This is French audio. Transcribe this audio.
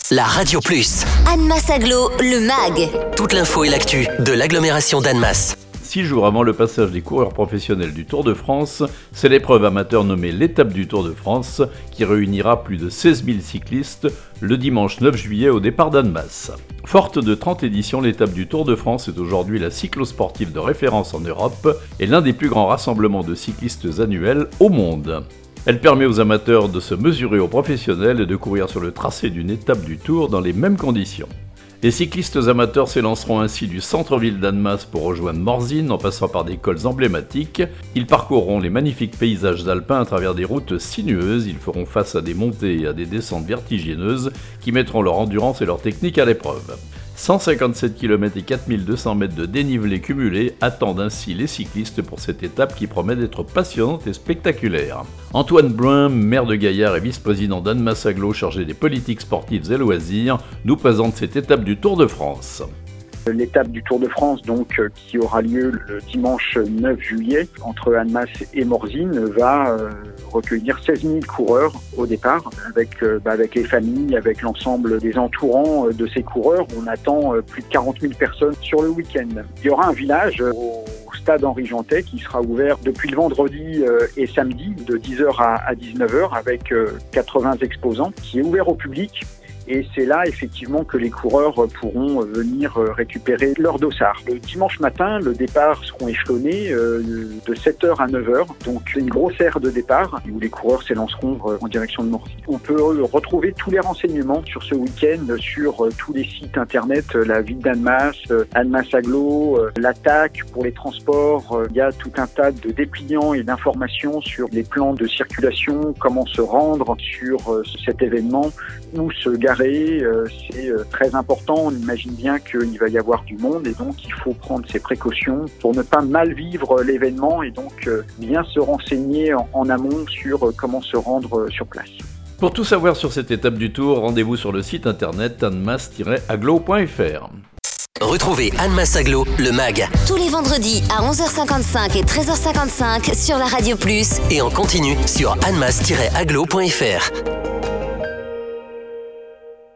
la Radio Plus. Annemasse Agglo, le MAG. Toute l'info et l'actu de l'agglomération d'Annemasse. 6 jours avant le passage des coureurs professionnels du Tour de France, c'est l'épreuve amateur nommée l'étape du Tour de France qui réunira plus de 16 000 cyclistes le dimanche 9 juillet au départ d'Annemasse. Forte de 30 éditions, l'étape du Tour de France est aujourd'hui la cyclosportive de référence en Europe et l'un des plus grands rassemblements de cyclistes annuels au monde. Elle permet aux amateurs de se mesurer aux professionnels et de courir sur le tracé d'une étape du Tour dans les mêmes conditions. Les cyclistes amateurs s'élanceront ainsi du centre-ville d'Annemasse pour rejoindre Morzine en passant par des cols emblématiques. Ils parcourront les magnifiques paysages alpins à travers des routes sinueuses. Ils feront face à des montées et à des descentes vertigineuses qui mettront leur endurance et leur technique à l'épreuve. 157 km et 4200 mètres de dénivelé cumulé attendent ainsi les cyclistes pour cette étape qui promet d'être passionnante et spectaculaire. Antoine Bruin, maire de Gaillard et vice-président d'Annemasse Agglo chargé des politiques sportives et loisirs, nous présente cette étape du Tour de France. L'étape du Tour de France, donc, qui aura lieu le dimanche 9 juillet entre Annemasse et Morzine, va recueillir 16 000 coureurs au départ, avec les familles, avec l'ensemble des entourants de ces coureurs. On attend plus de 40 000 personnes sur le week-end. Il y aura un village au stade Henri Jantet qui sera ouvert depuis le vendredi et samedi de 10h à 19h avec 80 exposants, qui est ouvert au public. Et c'est là, effectivement, que les coureurs pourront venir récupérer leur dossard. Le dimanche matin, le départ seront échelonnés de 7h à 9h. Donc, une grosse aire de départ où les coureurs s'élanceront en direction de Morzine. On peut retrouver tous les renseignements sur ce week-end sur tous les sites internet, la ville d'Annemasse, Annemasse Agglo, l'attaque pour les transports. Il y a tout un tas de dépliants et d'informations sur les plans de circulation, comment se rendre sur cet événement, où se garer. C'est très important, on imagine bien qu'il va y avoir du monde et donc il faut prendre ses précautions pour ne pas mal vivre l'événement et donc bien se renseigner en amont sur comment se rendre sur place. Pour tout savoir sur cette étape du Tour, rendez-vous sur le site internet annemasse-agglo.fr. Retrouvez Annemasse Agglo, le MAG. Tous les vendredis à 11h55 et 13h55 sur la Radio Plus. Et en continu sur annemasse-agglo.fr.